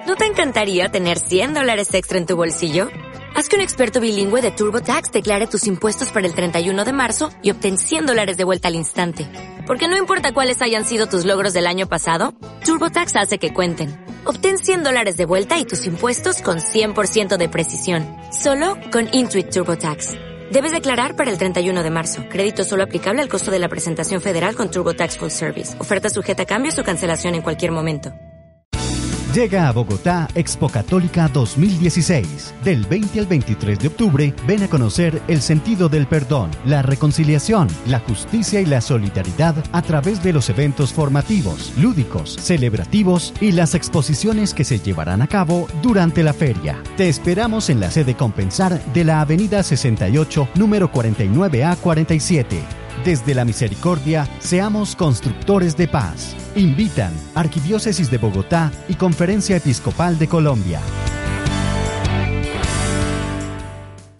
¿No te encantaría tener $100 extra en tu bolsillo? Haz que un experto bilingüe de TurboTax declare tus impuestos para el 31 de marzo y obtén $100 de vuelta al instante. Porque no importa cuáles hayan sido tus logros del año pasado, TurboTax hace que cuenten. Obtén $100 de vuelta y tus impuestos con 100% de precisión. Solo con Intuit TurboTax. Debes declarar para el 31 de marzo. Crédito solo aplicable al costo de la presentación federal con TurboTax Full Service. Oferta sujeta a cambios o cancelación en cualquier momento. Llega a Bogotá Expo Católica 2016. Del 20 al 23 de octubre, ven a conocer el sentido del perdón, la reconciliación, la justicia y la solidaridad a través de los eventos formativos, lúdicos, celebrativos y las exposiciones que se llevarán a cabo durante la feria. Te esperamos en la sede Compensar de la Avenida 68, número 49A47. Desde la Misericordia, seamos constructores de paz. Invitan Arquidiócesis de Bogotá y Conferencia Episcopal de Colombia.